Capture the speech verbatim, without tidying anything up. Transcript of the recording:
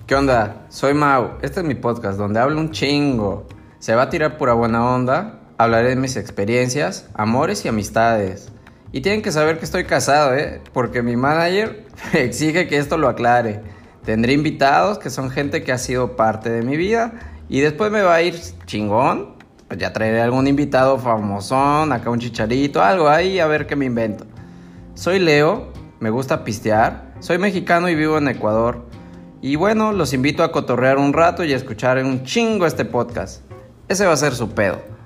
¿Qué onda? Soy Mau, este es mi podcast donde hablo un chingo. Se va a tirar pura buena onda, hablaré de mis experiencias, amores y amistades. Y tienen que saber que estoy casado, ¿eh? Porque mi manager exige que esto lo aclare. Tendré invitados que son gente que ha sido parte de mi vida y después me va a ir chingón. Pues ya traeré algún invitado famosón, acá un chicharito, algo ahí, a ver qué me invento. Soy Leo, me gusta pistear, soy mexicano y vivo en Ecuador. Y bueno, los invito a cotorrear un rato y a escuchar un chingo este podcast. Ese va a ser su pedo.